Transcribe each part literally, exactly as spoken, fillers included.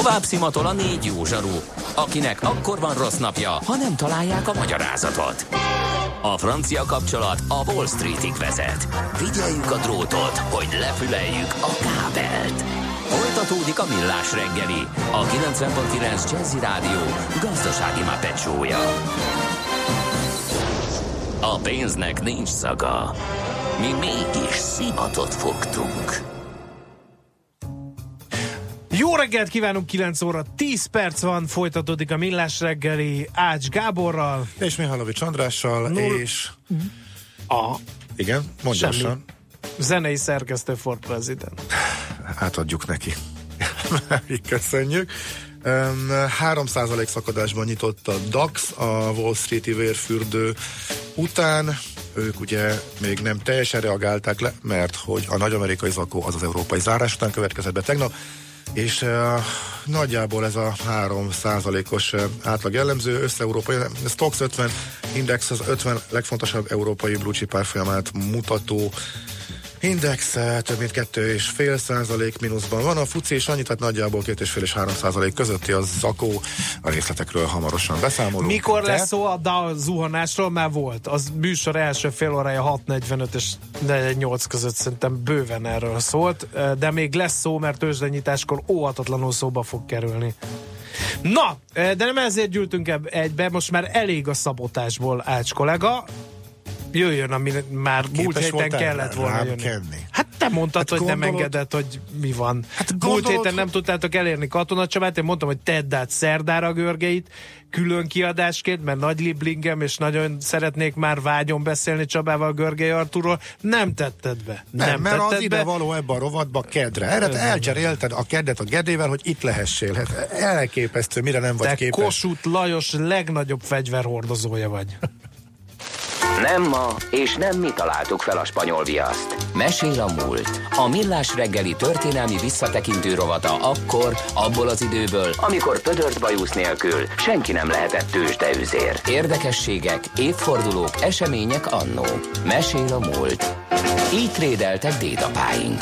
Tovább szimatol a négy jó zsaru, akinek akkor van rossz napja, ha nem találják a magyarázatot. A francia kapcsolat a Wall Streetig vezet. Figyeljük a drótot, hogy lefüleljük a kábelt. Folytatódik a Millás reggeli, a kilencven pont kilenc Jazzy Rádió gazdasági mápecsója. A pénznek nincs szaga. Mi mégis szimatot fogtunk. Jó reggelt kívánunk, kilenc óra tíz perc van, folytatódik a Millás reggeli Ács Gáborral. És Mihálovics Andrással, Null... és... A... Igen, mondjassan. Zenei szerkesztő for president. Átadjuk neki. Köszönjük. három százalék szakadásban nyitott a DAX a Wall Street-i vérfürdő után. Ők ugye még nem teljesen reagálták le, mert hogy a nagy amerikai zakó az az európai zárás után következett be tegnap, és uh, nagyjából ez a három százalékos uh, átlag jellemző, össze-európai, Stoxx ötven index az ötven legfontosabb európai blue chip árfolyamát mutató index, több mint kettő és fél százalék mínuszban van, a fuci és annyi, tehát nagyjából két és fél és három százalék közötti a zakó, a részletekről hamarosan beszámolunk. Mikor de... lesz szó a Dow zuhanásról? Már volt. Az műsor első fél órája hat negyvenöt és negyvennyolc között szerintem bőven erről szólt, de még lesz szó, mert tőzsdenyitáskor óhatatlanul szóba fog kerülni. Na, de nem ezért gyűltünk egybe, most már elég a szabotásból, Ács kollega. Jöjjön, ami már múlt héten kellett volna jönni. Kenni. Hát te mondtad, hát hogy gondolod... nem engedett, hogy mi van. Hát gondolod... Múlt héten nem tudtátok elérni Katona Csabát, én mondtam, hogy tedd át szerdára Görgeit, külön kiadásként, mert nagy liblingem, és nagyon szeretnék már vágyon beszélni Csabával, Görgei Artúrról. Nem tetted be. Nem, nem mert az ide be. való ebbe a rovatba kedre. Erre elcserélted a keddet a Gedével, hogy itt lehessél. Hát elképesztő, mire nem vagy te képes. Kossuth Lajos legnagyobb fegyverhordozója vagy. Nem ma, és nem mi találtuk fel a spanyol viaszt. Mesél a múlt. A Millás reggeli történelmi visszatekintő rovata akkor, abból az időből, amikor pödört bajusz nélkül senki nem lehetett tőzsdeüzér. Érdekességek, évfordulók, események annó. Mesél a múlt. Így trédeltek dédapáink.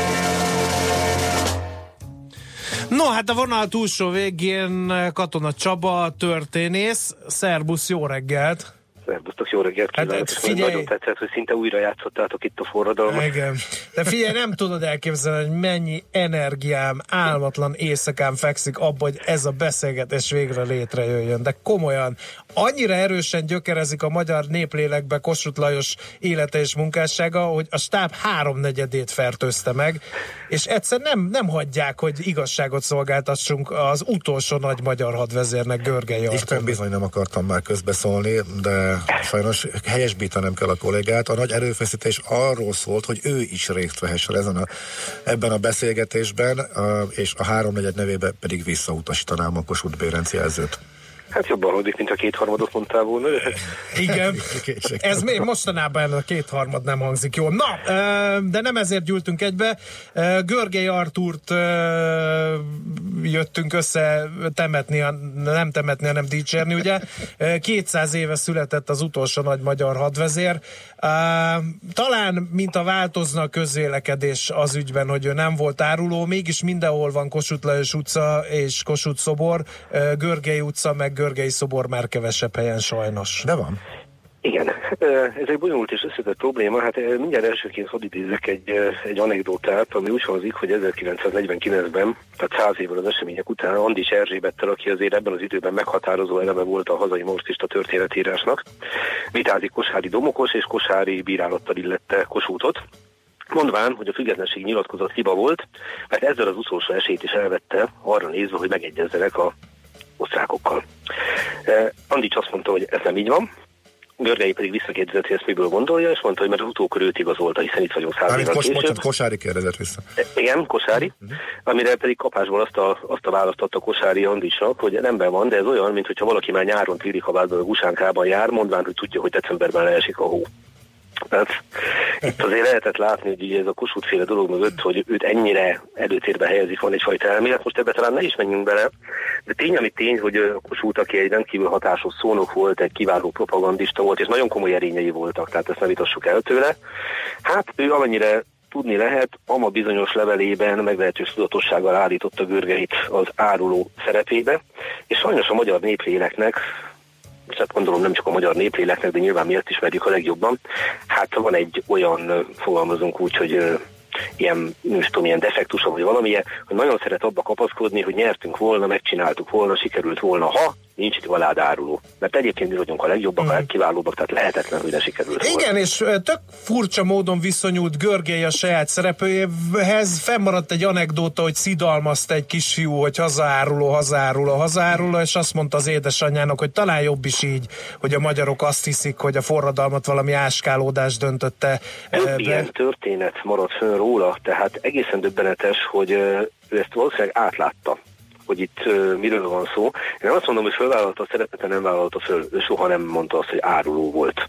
No, hát a vonal túlsó végén Katona Csaba, történész. Szerbusz, jó reggelt! Szerbusztok, jó reggelt kívánok! Hát, figyelj... Nagyon tetszett, hogy szinte újra játszottátok itt a forradalmat. Igen. De figyelj, nem tudod elképzelni, hogy mennyi energiám, álmatlan éjszakán fekszik abba, hogy ez a beszélgetés végre létrejöjjön. De komolyan, annyira erősen gyökerezik a magyar néplélekbe Kossuth Lajos élete és munkássága, hogy a stáb háromnegyedét fertőzte meg, és egyszer nem, nem hagyják, hogy igazságot szolgáltassunk az utolsó nagy magyar hadvezérnek, Görgei Artúrnak. Isten bizony nem akartam már közbeszólni, de sajnos helyesbítenem kell a kollégát. A nagy erőfeszítés arról szólt, hogy ő is részt vehessen ezen a, ebben a beszélgetésben, a, és a háromnegyed nevében pedig visszautasítanám a Kossuth Bérenc jelzőt. Hát jobban hallódik, mint a kétharmadot mondtál volna. Igen, ez még mostanában a kétharmad nem hangzik jól. Na, de nem ezért gyűltünk egybe. Görgei Artúrt jöttünk össze temetni, nem temetni, hanem dicsérni, ugye. kétszáz éve született az utolsó nagy magyar hadvezér. Talán, mint a változna a közvélekedés az ügyben, hogy ő nem volt áruló, mégis mindenhol van Kossuth Lajos utca és Kossuth szobor, Görgei utca, meg Görgei szobor már kevesebb helyen sajnos. De van. Igen, ez egy bonyolult és összetett probléma. Hát mindjárt elsőként hadd idézzek egy, egy anekdotát, ami úgy hangzik, hogy ezerkilencszáznegyvenkilencben, tehát száz évvel az események után Andis Erzsébettel, aki azért ebben az időben meghatározó eleme volt a hazai marxista történetírásnak, vitázik Kosháry Domokos és Kosháry bírálattal illette Kossuthot, mondván, hogy a függetlenség nyilatkozat hiba volt, mert ezzel az utolsó esélyt is elvette arra nézve, hogy megegyezzenek a osztrákokkal. Uh, Andics azt mondta, hogy ez nem így van, Görgei pedig visszakérdezett, hogy ezt miből gondolja, és mondta, hogy mert az utókor őt igazolta, hiszen itt vagyunk száz évvel később. Bocsánat, Kosháry kérdezett vissza. Igen, Kosháry, uh-huh. Amire pedig kapásból azt a, azt a választ adta Kosháry Andicsnak, hogy rendben van, de ez olyan, mintha valaki már nyáron Trillikabádban, Gusánkában jár, mondván, hogy tudja, hogy decemberben leesik a hó. Tehát itt azért lehetett látni, hogy ez a Kossuth-féle dolog mögött, hogy őt ennyire előtérbe helyezik, van egyfajta elmélet. Most ebbe talán ne is menjünk bele, de tény, ami tény, hogy Kossuth, aki egy rendkívül hatásos szónok volt, egy kiváló propagandista volt, és nagyon komoly erényei voltak, tehát ezt ne vitassuk el tőle. Hát ő amennyire tudni lehet, ama bizonyos levelében meglehetős tudatossággal állította Görgeit az áruló szerepébe, és sajnos a magyar népléleknek, és hát gondolom nem csak a magyar népléleknek, de nyilván mi ezt ismerjük a legjobban, hát van egy olyan, fogalmazunk úgy, hogy ilyen, nem is tudom, ilyen defektusa, vagy valamilyen, hogy nagyon szeret abba kapaszkodni, hogy nyertünk volna, megcsináltuk volna, sikerült volna, ha nincs itt valád áruló. Mert egyébként mi vagyunk a legjobbak, mm. a legkiválóbbak, tehát lehetetlen, hogy ne sikerült volna. Igen, és tök furcsa módon viszonyult Görgei a saját szerepőjéhez. Fennmaradt egy anekdóta, hogy szidalmazta egy kisfiú, hogy hazaáruló, hazaáruló, hazaáruló, és azt mondta az édesanyjának, hogy talán jobb is így, hogy a magyarok azt hiszik, hogy a forradalmat valami áskálódás döntötte. Több ilyen történet maradt fönn róla, tehát egészen döbbenetes, hogy ő ezt valószínűleg átlátta, hogy itt uh, miről van szó. Én nem azt mondom, hogy fölvállalta a szerepet, nem vállalta föl. Ő soha nem mondta azt, hogy áruló volt.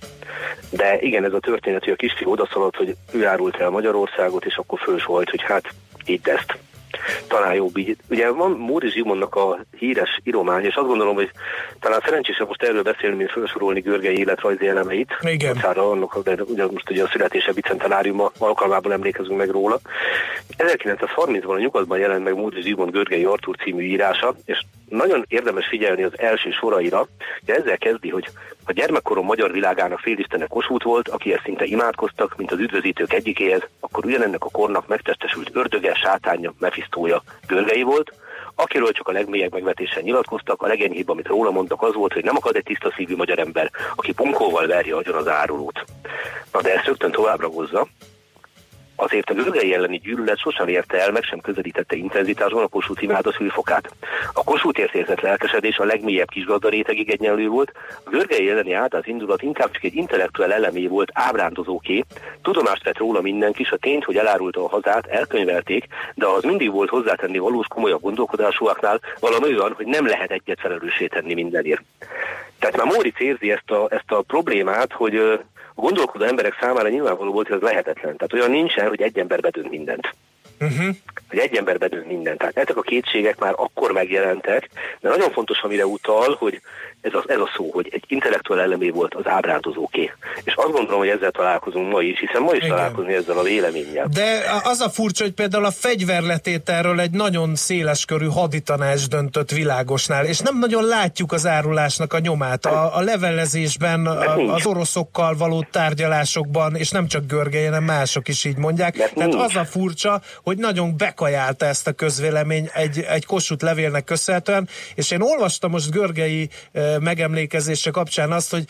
De igen, ez a történet, hogy a kisfiú odaszaladt, hogy ő árult el Magyarországot, és akkor fölsóhajt, hogy hát így ezt. Talán jobb így. Ugye van Móri Zsigmondnak a híres íromány, és azt gondolom, hogy talán szerencsésebb most erről beszélni, mint felsorolni Görgei életrajzi elemeit. Igen. Annak, de ugye most ugye a születése bicentenáriuma alkalmából emlékezünk meg róla. ezerkilencszázharmincban a Nyugatban jelent meg Móri Zsigmond Görgei Artúr című írása, és nagyon érdemes figyelni az első soraira, hogy ezzel kezdi, hogy a gyermekkorom magyar világának félistene Kossuth volt, akihez szinte imádkoztak, mint az üdvözítők egyikéhez, akkor ugyanennek a kornak megtestesült ördöge, sátánja, Mephisztója Görgei volt, akiről csak a legmélyebb megvetésen nyilatkoztak, a legenyhébb, amit róla mondtak, az volt, hogy nem akad egy tiszta szívű magyar ember, aki punkóval verje agyon az árulót. Na de ezt rögtön tovább ragozza. Azért a Görgei elleni gyűlölet sosem érte el, meg sem közelítette intenzitásban a Kossuth imáda szülfokát. A Kossuthért érzett lelkesedés a legmélyebb kisgazda rétegig egyenlő volt, a Görgei elleni általános indulat inkább csak egy intellektuál elemé volt, ábrándozóké, tudomást vett róla mindenki, és a tényt, hogy elárulta a hazát, elkönyvelték, de az mindig volt hozzátenni valós komolyabb gondolkodásúaknál valami olyan, hogy nem lehet egyet felelőssé tenni mindenért. Tehát már Móricz érzi ezt a, ezt a problémát, hogy a gondolkodó emberek számára nyilvánvaló volt, hogy ez lehetetlen. Tehát olyan nincsen, hogy egy ember bedönt mindent. Uh-huh. Hogy egy ember bedönt mindent. Tehát ezek a kétségek már akkor megjelentek, de nagyon fontos, amire utal, hogy ez a, ez a szó, hogy egy intellektuál elemé volt az ábrándozóké. És azt gondolom, hogy ezzel találkozunk ma is, hiszen ma is igen. találkozni ezzel a véleménnyel. De az a furcsa, hogy például a fegyverletételről egy nagyon széleskörű haditanács döntött Világosnál, és nem nagyon látjuk az árulásnak a nyomát. A, a levelezésben, a, az oroszokkal való tárgyalásokban, és nem csak Görgei, hanem mások is így mondják. Mert Tehát nincs. Az a furcsa, hogy nagyon bekajálta ezt a közvélemény egy, egy Kossuth levélnek köszönhetően, és én olvastam most Görgei megemlékezése kapcsán azt, hogy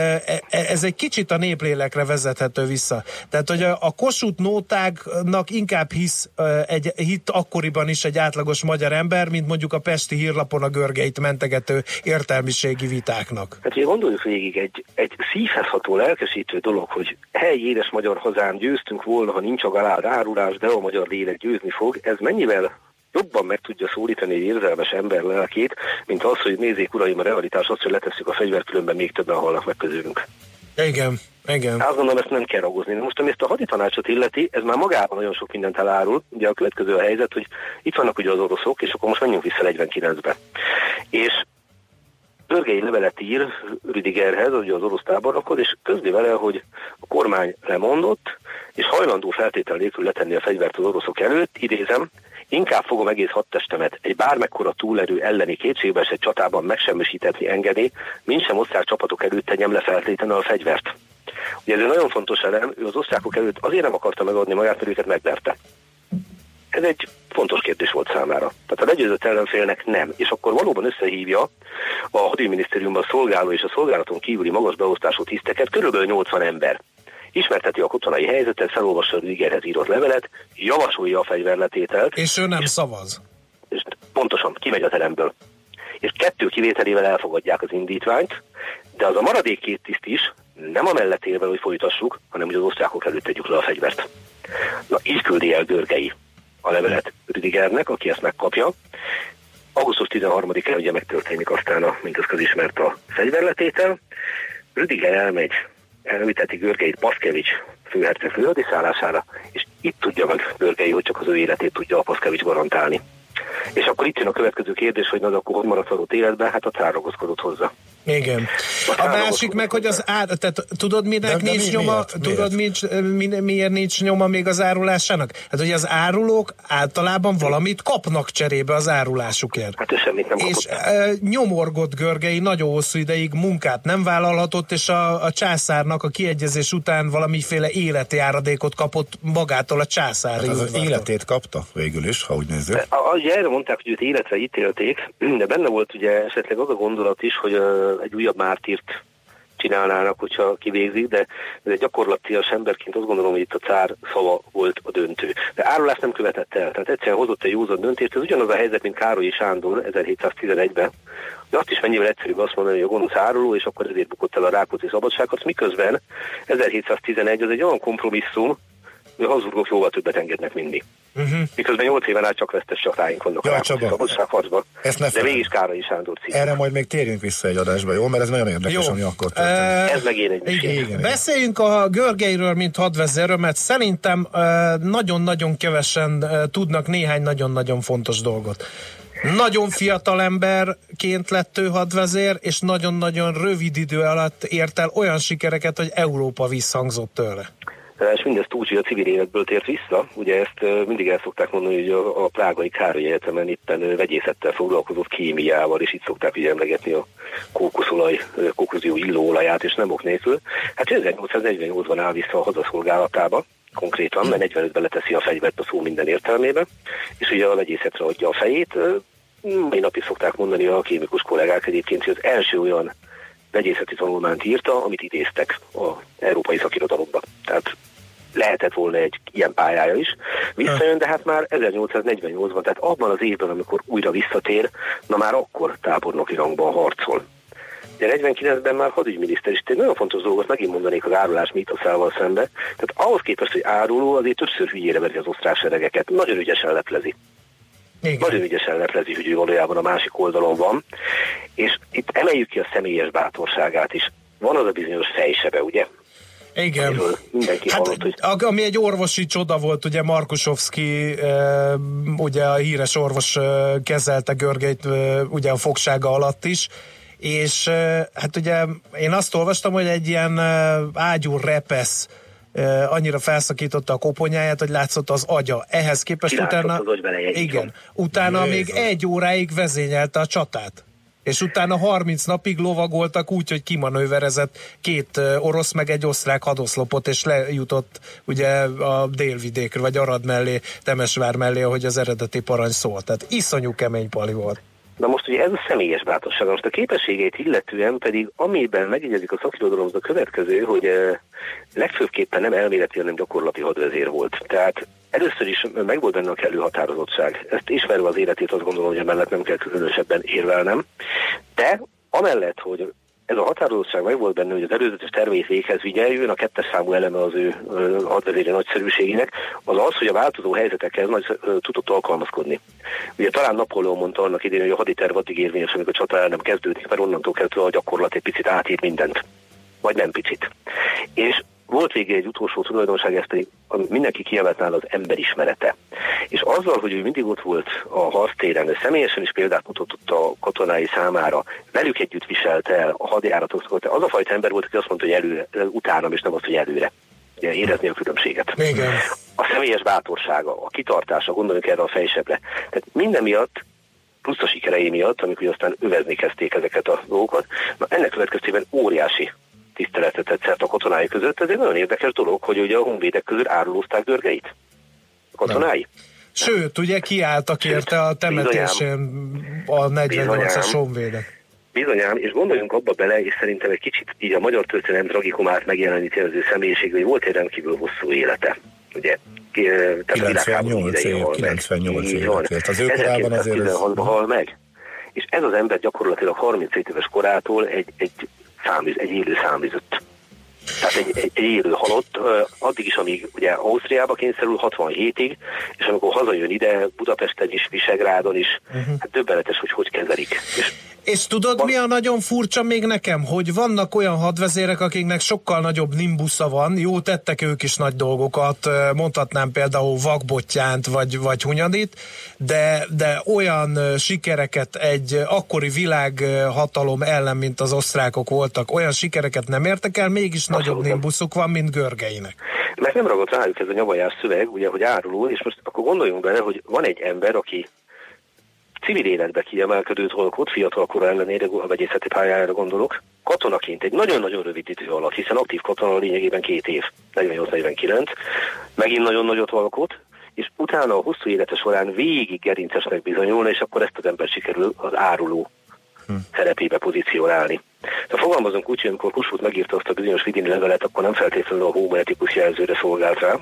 ez egy kicsit a néplélekre vezethető vissza. Tehát, hogy a Kossuth nótáknak inkább hisz egy hit akkoriban is egy átlagos magyar ember, mint mondjuk a Pesti Hírlapon a Görgeit mentegető értelmiségi vitáknak. Hát ugye gondoljuk végig, egy, egy szívhez ható, lelkesítő dolog, hogy hely, édes magyar hazám, győztünk volna, ha nincs a galád árulás, de a magyar lélek győzni fog. Ez mennyivel jobban meg tudja szólítani egy érzelmes ember lelkét, mint az, hogy nézzék uraim, a realitás az, hogy letesszük a fegyvert, különben még többen halnak meg közülünk. Igen, igen. Azt gondolom, ezt nem kell ragozni. Most, ami ezt a haditanácsot illeti, ez már magában nagyon sok mindent elárul. Ugye a következő a helyzet, hogy itt vannak ugye az oroszok, és akkor most menjünk vissza negyvenkilencbe. És Görgei levelet ír Rüdigerhez, ugye az orosz tábornokhoz, és közli vele, hogy a kormány lemondott, és hajlandó feltétel nélkül letenni a fegyvert az oroszok előtt, idézem, inkább fogom egész hadtestemet egy bármekkora túlerő elleni kétségbeesett csatában megsemmisítetni engedni, mint sem osztrák csapatok előtt tegyem le feltétlenül a fegyvert. Ugye ez egy nagyon fontos elem, ő az osztrákok előtt azért nem akarta megadni magát, mert őket megverte. Ez egy fontos kérdés volt számára. Tehát a legyőzött ellenfélnek nem. És akkor valóban összehívja a hadügyminisztériumban szolgáló és a szolgálaton kívüli magas beosztású tiszteket, körülbelül nyolcvan ember. Ismerteti a katonai helyzetet, felolvassa a Rüdigerhez írott levelet, javasolja a fegyverletételt. És ő nem és, szavaz. És pontosan, kimegy a teremből. És kettő kivételével elfogadják az indítványt, de az a maradék két tiszt is nem a mellett élve, hogy folytassuk, hanem hogy az osztrákok előtt tegyük le a fegyvert. Na, így küldi el Görgei a levelet Rüdigernek, aki ezt megkapja. augusztus tizenharmadikán ugye megtörténik aztán, a, mint az közismert, a fegyverletétel. Rüdiger elmegy, elviteti Görgeit Paszkevics főherceg főhadiszállására, és itt tudja meg Görgei, hogy csak az ő életét tudja a Paszkevics garantálni. És akkor itt jön a következő kérdés, hogy na, akkor hogy maradt adott életben? Hát a cár ragaszkodott hozzá. Igen. A, a másik meg, hogy az ár, tehát tudod, minek de, de nincs mi, nyoma, miért? tudod, miért? Mi, miért nincs nyoma még az árulásának? Hát, hogy az árulók általában valamit kapnak cserébe az árulásukért. Hát ő semmit nem és kapott. e, nyomorgott Görgei nagyon hosszú ideig munkát nem vállalhatott, és a, a császárnak a kiegyezés után valamiféle életjáradékot kapott magától a császári. Hát az életét kapta végül is, ha úgy nézzük. Ugye erre mondták, hogy őt életre ítélték, de benne volt ugye esetleg az a gondolat is, hogy uh, egy újabb mártírt csinálnának, hogyha kivégzik, de, de gyakorlatilag emberként azt gondolom, hogy itt a cár szava volt a döntő. De árulást nem követett el, tehát egyszerűen hozott egy józan döntést, ez ugyanaz a helyzet, mint Károlyi Sándor ezerhétszáztizenegyben, de azt is mennyivel egyszerűbb azt mondani, hogy a gonosz áruló, és akkor ezért bukott el a Rákóczi szabadságharc, miközben ezerhétszáztizenegy az egy olyan kompromisszum, hogy a Habsburgok jóval többet engednek mindig. Uh-huh. Miközben nyolc éven át csak vesztes csatáink vannak ja, a szabadságharcban, de végig Károlyi Sándor cím. Erre majd még térjünk vissza egy adásba, jó? Mert ez nagyon érdekes, jó. Ami akkor történt. Uh, ez meg én egy igen. Igen, igen. Beszéljünk a Görgeiről, mint hadvezérről, mert szerintem uh, nagyon-nagyon kevesen uh, tudnak néhány nagyon-nagyon fontos dolgot. Nagyon fiatal emberként lett ő hadvezér, és nagyon-nagyon rövid idő alatt ért el olyan sikereket, hogy Európa visszhangzott tőle. És mindezt úgy, hogy a civil életből tért vissza. Ugye ezt mindig el szokták mondani, hogy a, a prágai Károly Egyetemen éppen vegyészettel foglalkozott, kémiával, és itt szokták ugye emlegetni a kókuszolaj, kókuszdió illóolaját, és nem ok nélkül. Hát ezernyolcszáznegyvennyolcban áll vissza a hazaszolgálatába, konkrétan, mert negyvenötben leteszi a fegyvert a szó minden értelmében, és ugye a vegyészetre adja a fejét. Mai napig szokták mondani a kémikus kollégák egyébként, hogy az első olyan vegyészeti tanulmányt írta, amit idéztek az európai szakirodalomba. Tehát lehetett volna egy ilyen pályája is. Visszajön, de hát már ezernyolcszáznegyvennyolcban, tehát abban az évben, amikor újra visszatér, na már akkor tábornoki rangban harcol. De negyvenkilencben már hadügyminiszter is, egy nagyon fontos dolgot megint mondanék az árulás mítoszával szembe. Tehát ahhoz képest, hogy áruló, azért többször hülyére veri az osztrák seregeket. Nagyon ügyesen leplezi. Igen. Nagyon ügyesen leplezi, hogy ő valójában a másik oldalon van. És itt emeljük ki a személyes bátorságát is. Van az a bizonyos fejsebe, ugye? Igen. Mindenki hát, hallott, hogy... Ami egy orvosi csoda volt, ugye Markusovszki, e, ugye a híres orvos e, kezelte Görgeit e, ugye a fogsága alatt is, és e, hát ugye én azt olvastam, hogy egy ilyen e, ágyú repesz e, annyira felszakította a koponyáját, hogy látszott az agya. Ehhez képest Kilátszott utána... az agybeleje, igen. Utána Jézus. Még egy óráig vezényelte a csatát. És utána harminc napig lovagoltak úgy, hogy kimanőverezett két orosz meg egy osztrák hadoszlopot, és lejutott ugye a délvidékre, vagy Arad mellé, Temesvár mellé, ahogy az eredeti parancs szólt. Tehát iszonyú kemény pali volt. Na most ugye ez a személyes bátorság, most a képességeit illetően pedig amiben megegyezik a szakirodalom, a következő, hogy eh, legfőbbképpen nem elméleti, hanem gyakorlati hadvezér volt. Tehát először is meg volt benne a kellő határozottság. Ezt ismerve az életét azt gondolom, hogy emellett nem kell különösebben érvelnem. De amellett, hogy ez a határozottság meg volt benne, hogy az előzetes tervét véghez vigye, jön a kettes számú eleme az ő hadvezéri nagyszerűségének, az az, hogy a változó helyzetekhez nagy, tudott alkalmazkodni. Ugye talán Napóleon mondta annak idén, hogy a haditerv addig érvényes, amikor a csata el nem kezdődik, mert onnantól kezdve a gyakorlat egy picit átír mindent. Vagy nem picit. És volt végig egy utolsó tulajdonság, ez pedig mindenki kiemelt nála az emberismerete. És azzal, hogy ő mindig ott volt a harctéren, ő személyesen is példát mutatott a katonái számára, velük együtt viselte el a hadjáratokat, az a fajta ember volt, aki azt mondta, hogy előre, utánam, és nem azt, hogy előre. Ugye, érezni a különbséget. Igen. A személyes bátorsága, a kitartása, gondoljunk erre a fejsebre. Tehát minden miatt, plusz a sikerei miatt, amikor aztán övezni kezdték ezeket a dolgokat, na ennek következtében óriási tiszteletet tetszett a katonái között. Ez egy nagyon érdekes dolog, hogy ugye a honvédek közül árulózták Görgeit. A katonái. Nem. Sőt, ugye kiálltak érte a temetésén a negyvennyolcas honvédek. Bizonyám, és gondoljunk abba bele, és szerintem egy kicsit így a magyar történelem tragikumát megjeleníti az ő személyiség, hogy volt egy rendkívül hosszú élete. Ugye, kilencvennyolc év, kilencvennyolc évet. Az ő korában azért ez... hal meg. És ez az ember gyakorlatilag harminchét éves korától egy, egy, száműz, egy élő száműzött. Tehát egy, egy, egy élő halott, addig is, amíg ugye Ausztriába kényszerül hatvanhétig, és amikor hazajön ide, Budapesten is, Visegrádon is, uh-huh. hát döbbenetes, hogy hogy kezelik. És És tudod, mi a nagyon furcsa még nekem? Hogy vannak olyan hadvezérek, akiknek sokkal nagyobb nimbusza van, jó, tettek ők is nagy dolgokat, mondhatnám például Vakbottyánt, vagy, vagy Hunyadit, de, de olyan sikereket egy akkori világhatalom ellen, mint az osztrákok voltak, olyan sikereket nem értek el, mégis Abszolút nagyobb nimbuszuk van, mint Görgeinek. Mert nem ragadt rájuk ez a nyavajás szöveg, ugye, hogy áruló, és most akkor gondoljunk bele, hogy van egy ember, aki civil életbe kiemelkedő dolgot, fiatalkora ellenére, a vegyészeti pályájára gondolok, katonaként egy nagyon-nagyon rövid idő alatt, hiszen aktív katona lényegében két év, negyvennyolc negyvenkilenc, megint nagyon nagyot alkot, és utána a hosszú élete során végig gerincesnek bizonyulna, és akkor ezt az ember sikerül az áruló hm. szerepébe pozícionálni. De fogalmazunk úgy, hogy amikor Kossuth megírta azt a bizonyos vidini levelet, akkor nem feltétlenül a homo ethicus jelzőre szolgált rá.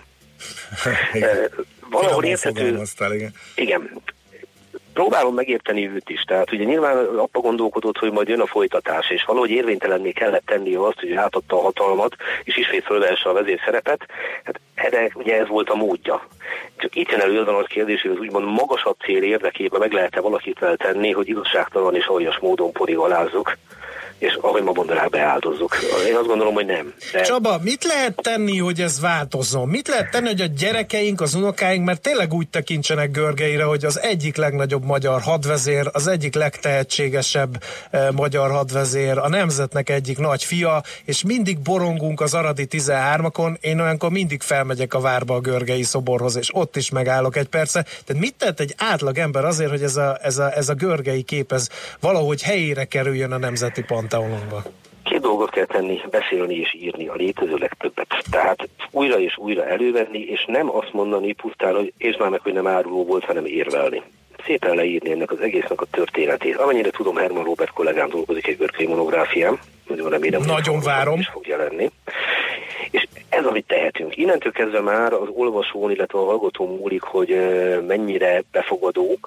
Valahol érthető... Igen. igen. Próbálom megérteni őt is, tehát ugye nyilván abba gondolkodott, hogy majd jön a folytatás, és valahogy érvénytelenné kellett tenni azt, hogy átadta a hatalmat, és ismét fölvesse a vezérszerepet. Hát erre ugye ez volt a módja. Csak itt jön elő az a kérdés, hogy az úgymond magasabb cél érdekében meg lehet-e valakit tenni, hogy igazságtalan és aljas módon porigalázzuk, és ahogy ma mondanák, beáldozzuk. Én azt gondolom, hogy nem. De... Csaba, mit lehet tenni, hogy ez változzon? Mit lehet tenni, hogy a gyerekeink, az unokáink, mert tényleg úgy tekintsenek Görgeire, hogy az egyik legnagyobb magyar hadvezér, az egyik legtehetségesebb eh, magyar hadvezér, a nemzetnek egyik nagy fia, és mindig borongunk az aradi tizenhármakon, én olyankor mindig felmegyek a várba a görgei szoborhoz, és ott is megállok egy percre. Tehát mit tett egy átlag ember azért, hogy ez a, ez a, ez a görgei kép ez valahogy helyére kerüljön a nemzeti panteononba? Két dolgot kell tenni, beszélni és írni, a létező legtöbbet. Tehát újra és újra elővenni, és nem azt mondani pusztán, hogy és már meg, hogy nem áruló volt, hanem érvelni. Szépen leírni ennek az egésznek a történetét. Amennyire tudom, Herman Robert kollégám dolgozik egy görgei monográfián. Nagyon remélem, Nagyon várom. is fog jelenni. És ez, amit tehetünk. Innentől kezdve már az olvasón, illetve a hallgatón múlik, hogy mennyire befogadó,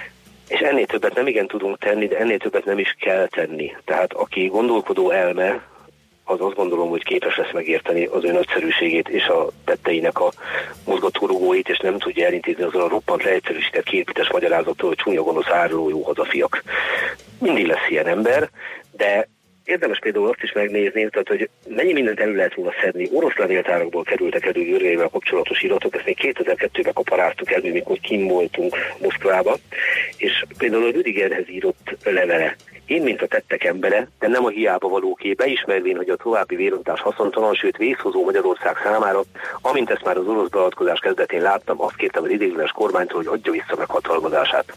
és ennél többet nem igen tudunk tenni, de ennél többet nem is kell tenni. Tehát aki gondolkodó elme, az azt gondolom, hogy képes lesz megérteni az ő nagyszerűségét és a tetteinek a mozgatórugóit, és nem tudja elintézni azon a roppant leegyszerűsített kétbites magyarázattól, hogy csúnya gonosz áruló jó hazafiak. Mindig lesz ilyen ember, de érdemes például azt is megnézni, tehát, hogy mennyi mindent elő lehet volna szedni. Orosz levéltárakból kerültek elő Görgeivel kapcsolatos iratok, ezt még kétezer-kettőben kaparáztuk elő, mikor kim voltunk Moszkvába, és például a Rüdigerhez írott levele. Én, mint a tettek embere, de nem a hiába valóké, beismervén, hogy a további vérontás haszontalan, sőt vészhozó Magyarország számára, amint ezt már az orosz beavatkozás kezdetén láttam, azt kértem az ideiglenes kormánytól, hogy adja vissza meg hatalmazását.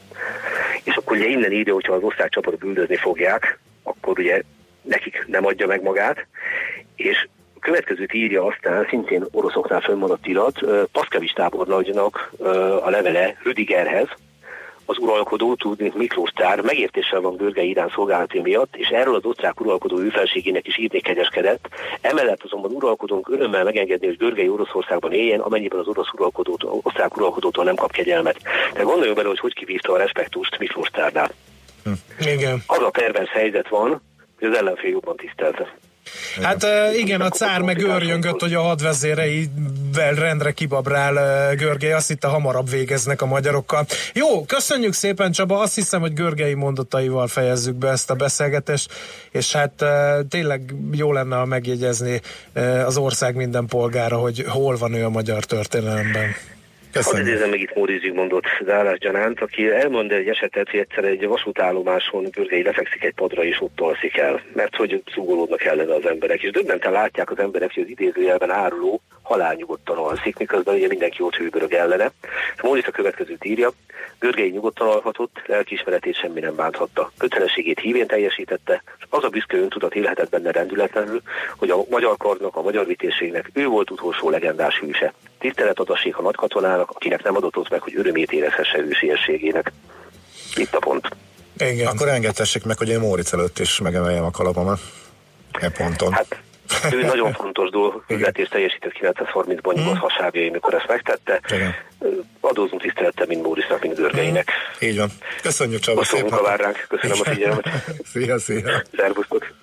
És akkor ugye innen írja, hogyha az osztrák csapatot üldözni fogják, akkor ugye nekik nem adja meg magát, és a következőt írja aztán, szintén oroszoknál fönnmaradt irat, Paszkevics tábornagynak a levele Rüdigerhez, az uralkodó, tudni Miklós cár megértéssel van Görgei irán szolgálati miatt, és erről az osztrák uralkodó őfelségének is írni kegyeskedett. Emellett azonban uralkodónk örömmel megengedni, hogy Görgei Oroszországban éljen, amennyiben az orosz uralkodótól, osztrák uralkodótól nem kap kegyelmet. De gondoljunk bele, hogy hogy kivívta a respektust Miklós cárnál. Hm. Igen. Az a pervers helyzet van, hogy az ellenfél jobban tisztelte. Hát igen, a cár meg őrjöngött, hogy a hadvezéreivel rendre kibabrál Görgei, azt hitte hamarabb végeznek a magyarokkal. Jó, köszönjük szépen, Csaba, azt hiszem, hogy Görgei mondataival fejezzük be ezt a beszélgetést, és hát tényleg jó lenne, ha megjegyezni az ország minden polgára, hogy hol van ő a magyar történelemben. Hadd idézem meg itt Móri Zsigmondot zárás gyanánt, aki elmond egy esetet, hogy egyszer egy vasútállomáson Görgei lefekszik egy padra és ott alszik el, mert hogy szúgolódnak ellene az emberek, és döbbenten látják az emberek, hogy az idézőjelben áruló halálnyugodtan alszik, miközben ugye mindenki ott hőbörög ellene. És Móris a következőt írja: Görgei nyugodtan alhatott, lelkiismeretét semmi nem bánthatta. Kötelességét hívén teljesítette, és az a büszke öntudat élhetett benne rendületlenül, hogy a magyar kardnak, a magyar vitézségnek ő volt utolsó legendás hűse. Tisztelet adassék a nagykatonának, akinek nem adott ott meg, hogy örömét érezhesse ősiességének. Itt a pont. Igen. Akkor engedtessék meg, hogy én Móricz előtt is megemeljem a kalapomat. E ponton. Hát, ő nagyon fontos dolog, és teljesített kilencszázharmincban nyugodt hasábjai, mikor ezt megtette. Igen. Adózunk tisztelettel mind Móricznak, mind Görgeinek. Mm. Így van. Köszönjük, Csaba, szép napot. Vár ránk. Köszönöm a figyelmet. Szia, szia. Szervusztok.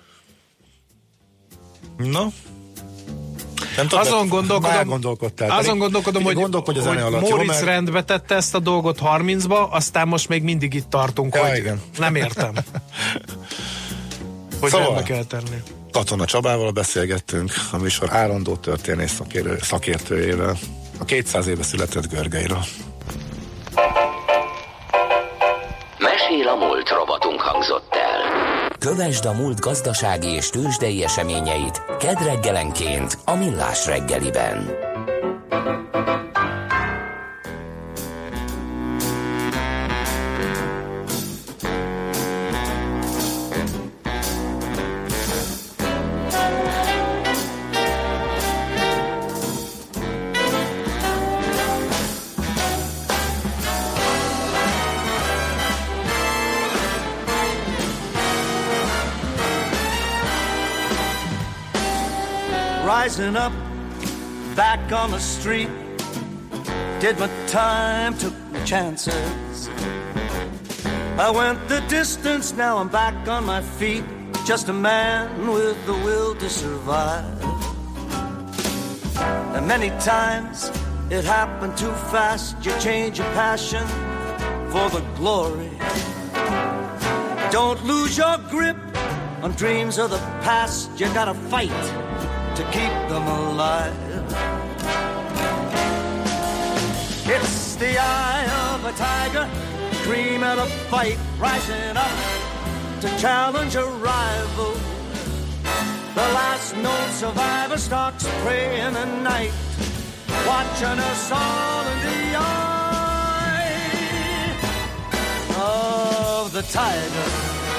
No. Azon gondolkodom, gondolkodtál, azon gondolkodom, hogy, hogy, hogy Móric rendbe tette ezt a dolgot harmincba, aztán most még mindig itt tartunk, ja, hogy igen. nem értem. hogy szóval, rendbe kell tenni. Katona Csabával beszélgettünk, a műsor állandó történész szakérő, szakértőjével, a kétszáz éve született Görgeiről. Mesél a múlt robotunk hangzott el. Kövesd a múlt gazdasági és tőzsdei eseményeit kedd reggelenként a Millás reggeliben. Rising up, back on the street, did my time, took my chances. I went the distance, now I'm back on my feet, just a man with the will to survive. And many times it happened too fast, you change your passion for the glory. Don't lose your grip on dreams of the past, you gotta fight to keep them alive. It's the eye of a tiger, dream of a fight, rising up to challenge a rival. The last known survivor stalks prey in the night, watching us all in the eye of the tiger.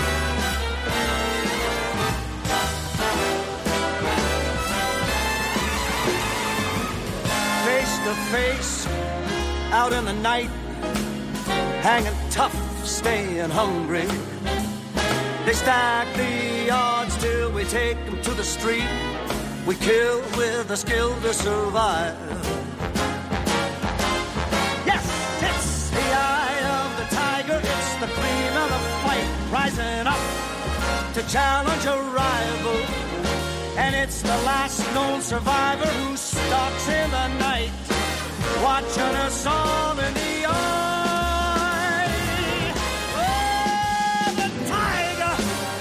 Face to face, out in the night, hanging tough, staying hungry. They stack the odds till we take them to the street. We kill with the skill to survive. Yes, it's the eye of the tiger, it's the cream of the fight, rising up to challenge a rival. And it's the last known survivor who stalks in the night, watching us all in the eye of the tiger.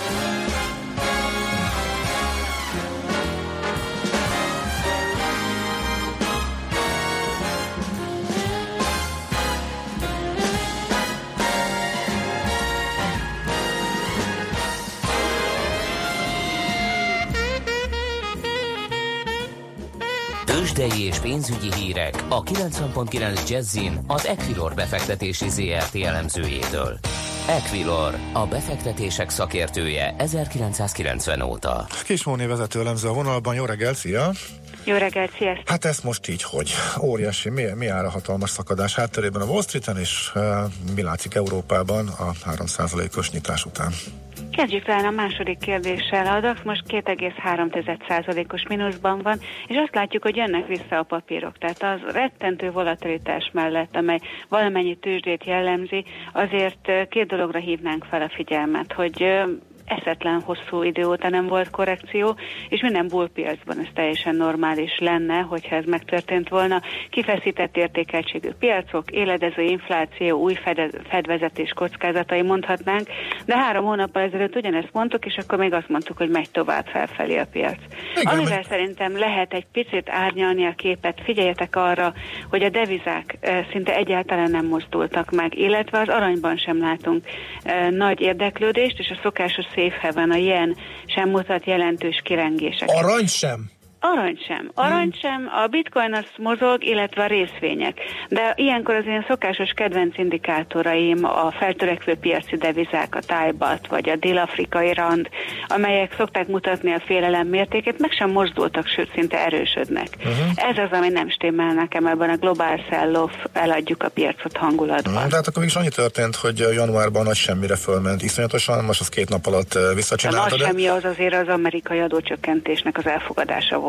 Tőzsdei és pénzügyi hírek a kilencven pont kilenc Jazzin az Equilor befektetési zé er té elemzőjétől. Equilor, a befektetések szakértője ezerkilencszázkilencven óta. Kis Móni vezető elemző a vonalban, jó reggelt, szia! Jó reggelt, sziasztok! Hát ez most így, hogy óriási, mi, mi áll a hatalmas szakadás háttérében a Wall Streeten, és uh, mi látszik Európában a három százalékos nyitás után? Kezdjük talán a második kérdéssel. A DAX most két egész három százalékos mínuszban van, és azt látjuk, hogy jönnek vissza a papírok. Tehát az rettentő volatilitás mellett, amely valamennyi tőzsdét jellemzi, azért két dologra hívnánk fel a figyelmet, hogy eszetlen hosszú idő óta nem volt korrekció, és minden bullpiacban ez teljesen normális lenne, hogyha ez megtörtént volna. Kifeszített értékeltségű piacok, éledező infláció, új fedvezetés kockázatai mondhatnánk, de három hónappal ezelőtt ugyanezt mondtuk, és akkor még azt mondtuk, hogy megy tovább felfelé a piac. Igen, amivel meg... szerintem lehet egy picit árnyalni a képet, figyeljetek arra, hogy a devizák e, szinte egyáltalán nem mozdultak meg, illetve az aranyban sem látunk e, nagy érdeklődést, és a szokásos safe haven, a yen sem mutat jelentős kirengéseket. Arany sem? Arany sem. Arany sem, a bitcoin az mozog, illetve a részvények. De ilyenkor az ilyen szokásos kedvenc indikátoraim, a feltörekvő piaci devizák, a tájbat, vagy a dél-afrikai rand, amelyek szokták mutatni a félelem mértékét, meg sem mozdultak, sőt, szinte erősödnek. Uh-huh. Ez az, ami nem stimmel nekem ebben a globál sell-off, eladjuk a piacot hangulatban. Uh-huh. De hát akkor is annyi történt, hogy januárban nagy semmire fölment iszonyatosan, most az két nap alatt visszacsinálta. A nagy semmi az azért az amerikai adócsökkentésnek az elfogadása volt.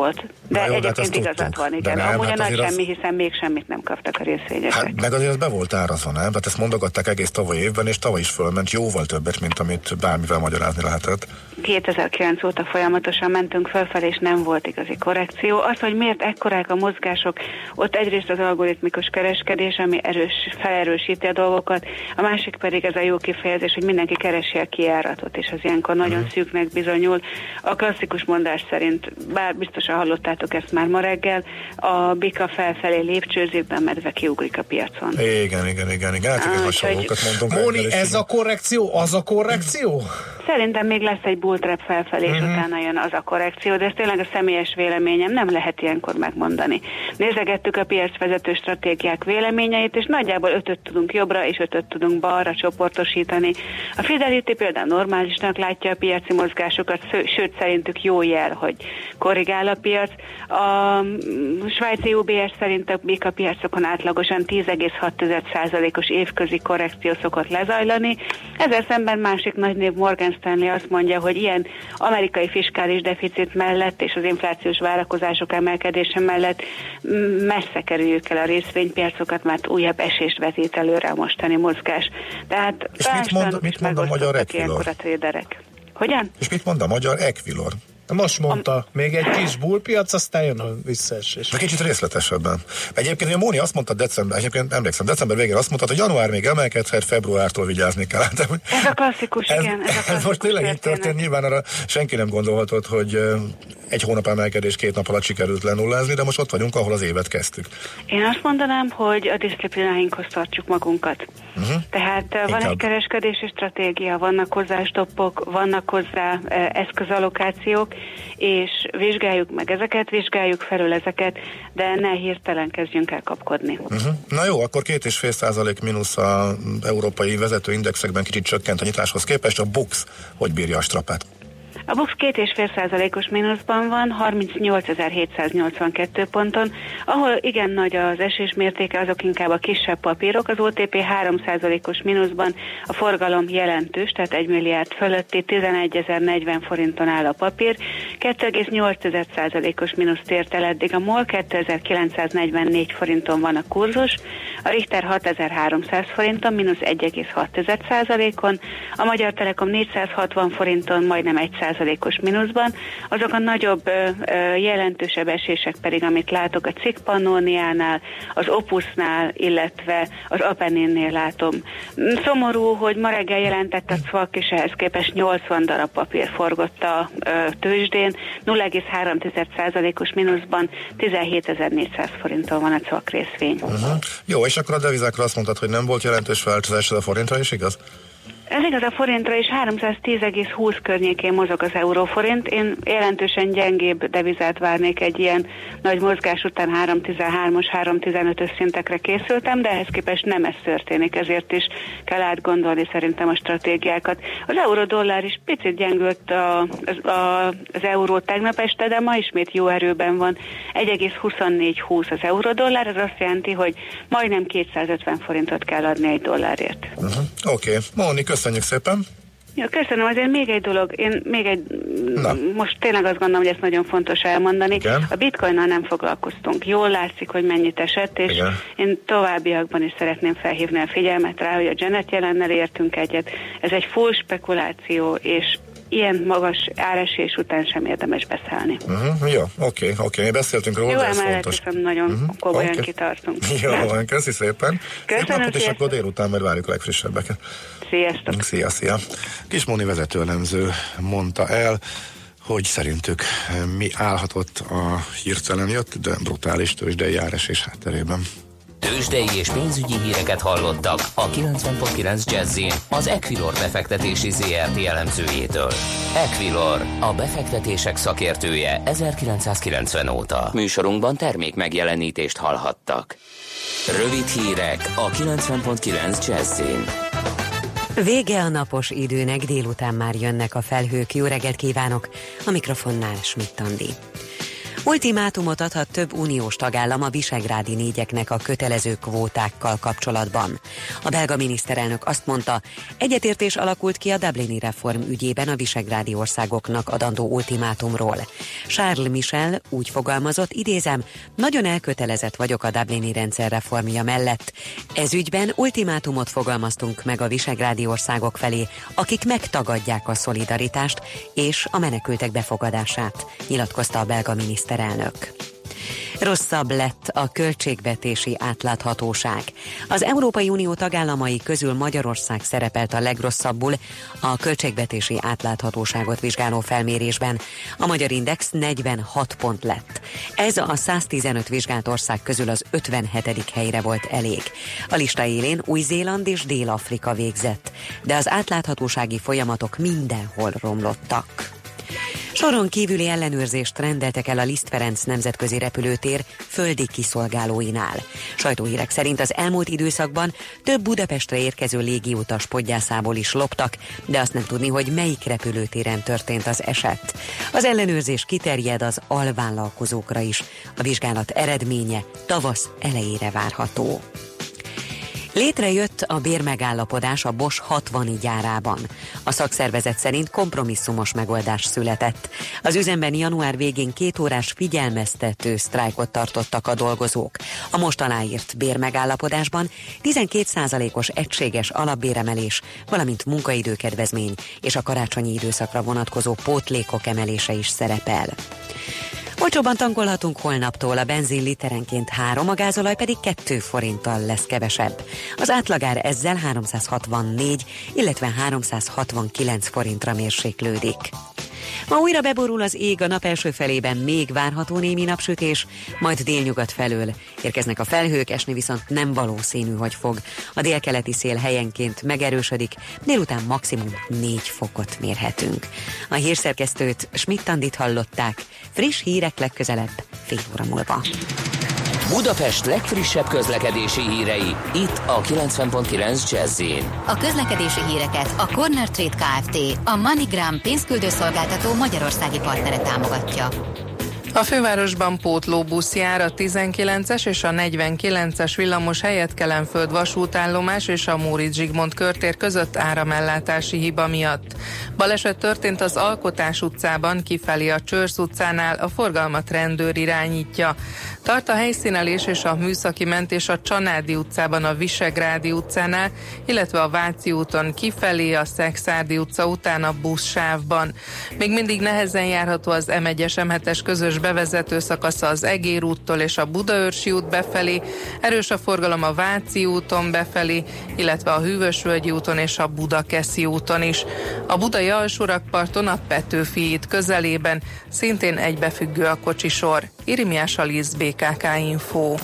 volt. De jó, egyébként igazat van, igen. nem, Amúgy hát a nagy az... semmi, hiszen még semmit nem kaptak a részvényesek. Hát meg azért ez be volt árazva, nem? Hát ezt mondogatták egész tavaly évben, és tavaly is fölment jóval többet, mint amit bármivel magyarázni lehetett. kétezer-kilenc óta folyamatosan mentünk fölfelé, és nem volt igazi korrekció. Az, hogy miért ekkorák a mozgások, ott egyrészt az algoritmikus kereskedés, ami erős, felerősíti a dolgokat, a másik pedig ez a jó kifejezés, hogy mindenki keresi a kijáratot, és az ilyenkor nagyon uh-huh. szűknek bizonyul. A klasszikus mondás szerint, bár biztosan hallottátok ezt már ma reggel, a bika felfelé lépcsőzik, de a medve kiugrik a piacon. Igen, igen, igen, igen. Hát igen, hasonlókat mondom. Móni, ez a korrekció, az a korrekció? Szerintem még lesz egy bull trap felfelé, és uh-huh. utána jön az a korrekció, de ez tényleg a személyes véleményem, nem lehet ilyenkor megmondani. Nézegettük a piacvezető stratégiák véleményeit, és nagyjából ötöt tudunk jobbra, és ötöt tudunk balra csoportosítani. A Fidelity például normálisnak látja a piaci mozgásokat, sőt szerintük jó jel, hogy korrigál a piac. A svájci u bé es szerint a bika piacokon átlagosan tíz egész hat százalékos évközi korrekció szokott lezajlani. Ezzel szemben másik nagy név Morgan Stanley azt mondja, hogy ilyen amerikai fiskális deficit mellett és az inflációs várakozások emelkedése mellett messze kerüljük el a részvénypiacokat, mert újabb esést vetít előre a mostani mozgás. Tehát és mit mond, mit mond a magyar Equilor? A tréderek. Hogyan? És mit mond a magyar Equilor? Most mondta, a... még egy kis bullpiac, aztán jön a visszaesés. De kicsit részletesebben. Egyébként a Móni azt mondta december, egyébként emlékszem, december végén azt mondta, hogy január még emelkedhet, februártól vigyázni kell. De, ez a klasszikus, ez, igen. Ez, a klasszikus ez most tényleg így történt, nyilván arra senki nem gondolhatott, hogy egy hónap emelkedés két nap alatt sikerült lenullázni, de most ott vagyunk, ahol az évet kezdtük. Én azt mondanám, hogy a diszciplináinkhoz tartsuk magunkat. Uh-huh. Tehát Inkább. van egy kereskedési stratégia, vannak hozzá stoppok, vannak hozzá e, eszközallokációk, és vizsgáljuk meg ezeket, vizsgáljuk felül ezeket, de ne hirtelen kezdjünk el kapkodni. Uh-huh. Na jó, akkor két és fél százalék mínusz az európai vezetőindexekben kicsit csökkent a nyitáshoz képest, a Bux hogy bírja a strapát? A Bux két egész öt százalékos mínuszban van, harmincnyolcezer-hétszáznyolcvankettő ponton, ahol igen nagy az esés mértéke, azok inkább a kisebb papírok, az o té pé három százalékos mínuszban, a forgalom jelentős, tehát egy milliárd fölötti, tizenegyezer-negyven forinton áll a papír, két egész nyolc százalékos mínuszt ért el eddig a MOL, kétezer-kilencszáznegyvennégy forinton van a kurzus, a Richter hatezer-háromszáz forinton, mínusz egy egész hat százalékon, a Magyar Telekom négyszázhatvan forinton, majdnem egy százalékos mínuszban, azok a nagyobb, jelentősebb esések pedig, amit látok a Cikk Pannoniánál, az Opusnál, illetve az Apenninnél látom. Szomorú, hogy ma reggel jelentett a cvak, és ehhez képest nyolcvan darab papír forgott a tőzsdén, nulla egész három százalékos mínuszban, tizenhétezer-négyszáz forinton van a cvak részvény. Uh-huh. Jó, és akkor a devizákra azt mondtad, hogy nem volt jelentős változás, a forintra is igaz? Ez igaz a forintra, és háromszáztíz egész húsz környékén mozog az euróforint. Én jelentősen gyengébb devizát várnék egy ilyen nagy mozgás után, három tizenhármas, három tizenötös szintekre készültem, de ehhez képest nem ez történik, ezért is kell átgondolni szerintem a stratégiákat. Az euró-dollár is picit gyengült a, a, az euró tegnap este, de ma ismét jó erőben van. egy egész huszonnégy húsz az euró-dollár, ez azt jelenti, hogy majdnem kétszázötven forintot kell adni egy dollárért. Uh-huh. Oké, okay. Móni, köszönjük szépen! Ja, köszönöm, azért még egy dolog, én még egy, Na. most tényleg azt gondolom, hogy ezt nagyon fontos elmondani. Igen. A bitcoinnal nem foglalkoztunk. Jól látszik, hogy mennyit esett, és Igen. én továbbiakban is szeretném felhívni a figyelmet rá, hogy a Janet Yellennel értünk egyet. Ez egy full spekuláció, és ilyen magas áresés után sem érdemes beszállni. Uh-huh, jó, oké, okay, oké, okay. beszéltünk róla, jó, de ez fontos. Jó, nagyon uh-huh. komolyan okay. kitartunk. Jó, van, köszi szépen. Köszönöm, szép napot, és akkor délután majd várjuk a legfrissebbeket. Sziasztok. Szia, szia. Kis Móni vezetőelemző mondta el, hogy szerintük mi állhatott a hirtelen jött, de brutális tőzsdei áresés hátterében. Tőzsdei és pénzügyi híreket hallottak a kilencven pont kilenc Jazzin az Equilor befektetési zé er té elemzőjétől. Equilor, a befektetések szakértője ezerkilencszázkilencven óta. Műsorunkban termék megjelenítést hallhattak. Rövid hírek a kilencven pont kilenc Jazzin. Vége a napos időnek, délután már jönnek a felhők. Jó reggelt kívánok! A mikrofonnál Schmidt Andi. Ultimátumot adhat több uniós tagállam a visegrádi négyeknek a kötelező kvótákkal kapcsolatban. A belga miniszterelnök azt mondta, egyetértés alakult ki a dublini reform ügyében a visegrádi országoknak adandó ultimátumról. Charles Michel úgy fogalmazott, idézem, nagyon elkötelezett vagyok a dublini rendszer reformja mellett. Ez ügyben ultimátumot fogalmaztunk meg a visegrádi országok felé, akik megtagadják a szolidaritást és a menekültek befogadását, nyilatkozta a belga miniszterelnök. Rosszabb lett a költségvetési átláthatóság. Az Európai Unió tagállamai közül Magyarország szerepelt a legrosszabbul a költségvetési átláthatóságot vizsgáló felmérésben. A magyar index negyvenhat pont lett. Ez a száztizenöt vizsgált ország közül az ötvenhetedik helyre volt elég. A lista élén Új-Zéland és Dél-Afrika végzett, de az átláthatósági folyamatok mindenhol romlottak. Soron kívüli ellenőrzést rendeltek el a Liszt Ferenc nemzetközi repülőtér földi kiszolgálóinál. Sajtóhírek szerint az elmúlt időszakban több Budapestre érkező légiutas podgyászából is loptak, de azt nem tudni, hogy melyik repülőtéren történt az eset. Az ellenőrzés kiterjed az alvállalkozókra is. A vizsgálat eredménye tavasz elejére várható. Létrejött a bérmegállapodás a Bosch hatvani gyárában. A szakszervezet szerint kompromisszumos megoldás született. Az üzemben január végén két órás figyelmeztető sztrájkot tartottak a dolgozók. A most aláírt bérmegállapodásban tizenkét százalékos egységes alapbéremelés, valamint munkaidőkedvezmény és a karácsonyi időszakra vonatkozó pótlékok emelése is szerepel. Olcsóban tankolhatunk holnaptól, a benzin literenként három, a gázolaj pedig két forinttal lesz kevesebb. Az átlagár ezzel háromszázhatvannégy, illetve háromszázhatvankilenc forintra mérséklődik. Ma újra beborul az ég, a nap első felében még várható némi napsütés, majd délnyugat felől érkeznek a felhők, esni viszont nem valószínű, hogy fog. A délkeleti szél helyenként megerősödik, délután maximum négy fokot mérhetünk. A hírszerkesztőt, Schmidt-Andit hallották, friss hírek legközelebb fél óra múlva. Budapest legfrissebb közlekedési hírei, itt a kilencven pont kilenc Jazz-in. A közlekedési híreket a Corner Trade Kft., a MoneyGram pénzküldő szolgáltató magyarországi partnere támogatja. A fővárosban pótlóbusz jár a tizenkilences és a negyvenkilences villamos helyett Kelenföld vasútállomás és a Móricz Zsigmond körtér között áramellátási hiba miatt. Baleset történt az Alkotás utcában, kifelé a Csörsz utcánál, a forgalmat rendőr irányítja. Tart a helyszínelés és a műszaki mentés a Csanádi utcában, a Visegrádi utcánál, illetve a Váci úton kifelé, a Szekszárdi utca után a buszsávban. Még mindig nehezen járható az em egyes em hetes közös bevezető szakasza az Egér úttól és a Budaörsi út befelé, erős a forgalom a Váci úton befelé, illetve a Hűvösvölgyi úton és a Budakeszi úton is. A budai alsórakparton a Petőfi híd közelében szintén egybefüggő a kocsisor. Irimiás Alisz, bé ká ká Info.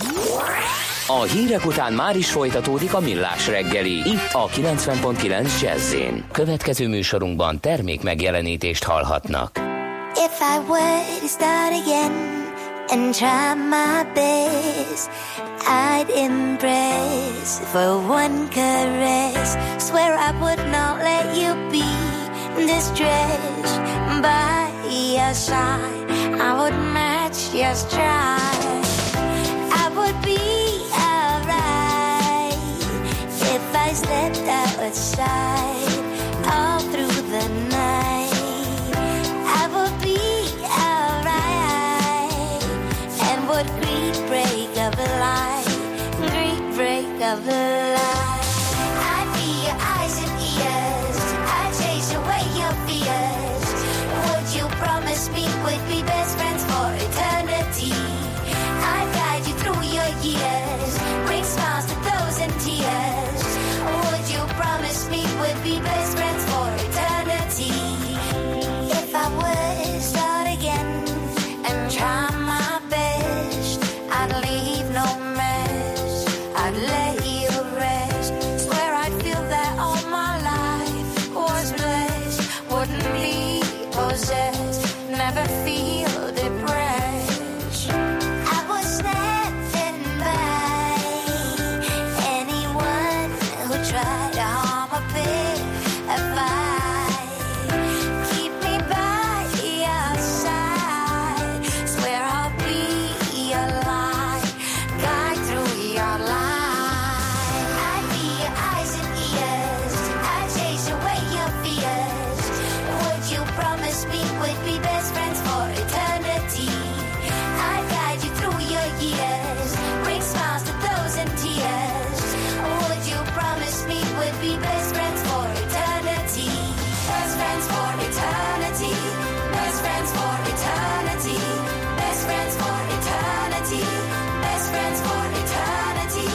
A hírek után már is folytatódik a Millás reggeli, itt a kilencven pont kilenc Jazz-in. Következő műsorunkban termék megjelenítést hallhatnak. If I were to start again and try my best, I'd impress for one caress. Swear I would not let you be distressed by your side. I would match your stride. I would be alright if I slept outside all through the night. Would greet break of light, greet break of light. I'd be your eyes and ears, I'd chase away your fears. Would you promise me we'd be best friends for eternity? I'd guide you through your years, bring smiles to those in tears. Would you promise me we'd be best friends for eternity? If I would start again and try my best, I'd leave no mess, I'd let you rest. Swear I'd feel that all my life was blessed. Wouldn't be possessed, never feel friends for eternity. Best friends for eternity. Best friends for eternity. Best friends for eternity.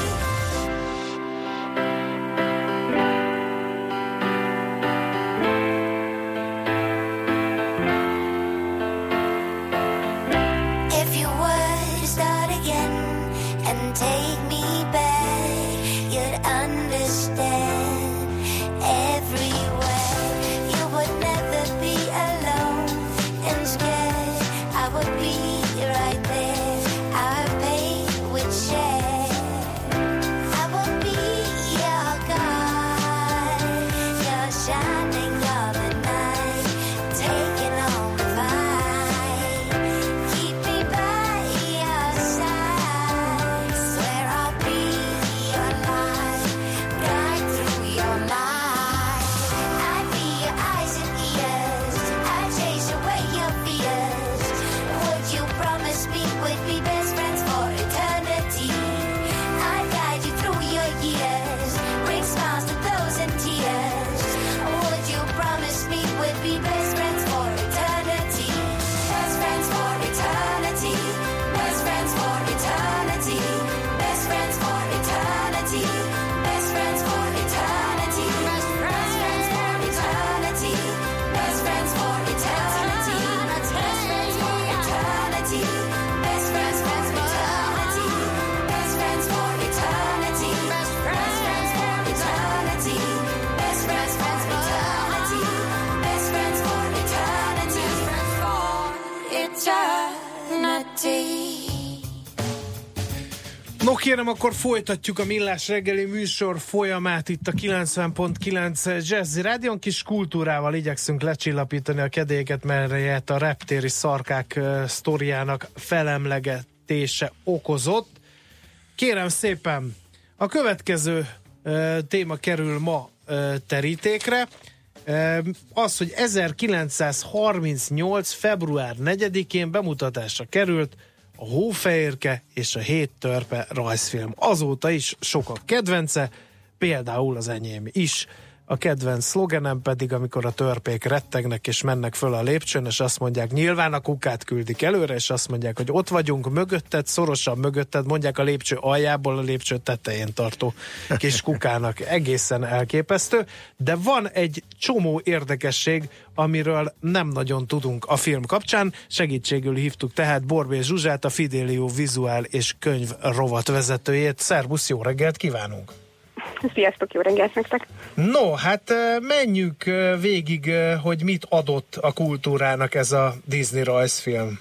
If you were to start again and take me back, you'd understand everywhere. You would never be alone and scared. I would be right there. Our pain would share. I would be your guide, your shining of the night, taking on the fight. Keep me by your side. Swear I'll be your light, guide through your life. I'd be your eyes and ears. I'd chase away your fears. Would you promise me we'd be best friends for eternity? I'd guide you through your years, bring smiles to those in tears. Would you promise me we'd be best friends for eternity? Best friends for eternity. Best friends for eternity. Best friends for eternity. Best friends for eternity. Best friends for eternity. Best friends for eternity. Best friends for eternity. Best friends for eternity. Best friends for eternity. Best friends for eternity. Best friends for eternity. Best friends for eternity. Best friends for eternity. No kérem, akkor folytatjuk a Millás reggeli műsor folyamát itt a kilencven pont kilenc Jazzy Rádion. Kis kultúrával igyekszünk lecsillapítani a kedélyeket, melyet a reptéri szarkák uh, sztoriának felemlegetése okozott. Kérem szépen, a következő uh, téma kerül ma uh, terítékre. Uh, az, hogy ezerkilencszázharmincnyolc. február negyedikén bemutatásra került a Hófehérke és a Hét törpe rajzfilm. Azóta is sokak kedvence, például az enyém is. A kedvenc szlogenem pedig, amikor a törpék rettegnek és mennek föl a lépcsőn, és azt mondják, nyilván a kukát küldik előre, és azt mondják, hogy ott vagyunk mögötted, szorosan mögötted, mondják a lépcső aljából a lépcső tetején tartó kis kukának. Egészen elképesztő, de van egy csomó érdekesség, amiről nem nagyon tudunk a film kapcsán. Segítségül hívtuk tehát Borbély Zsuzsát, a Fidelio vizuál és könyv rovat vezetőjét. Szervusz, jó reggelt kívánunk! Sziasztok, jó reggelt nektek! No, hát menjünk végig, hogy mit adott a kultúrának ez a Disney rajzfilm.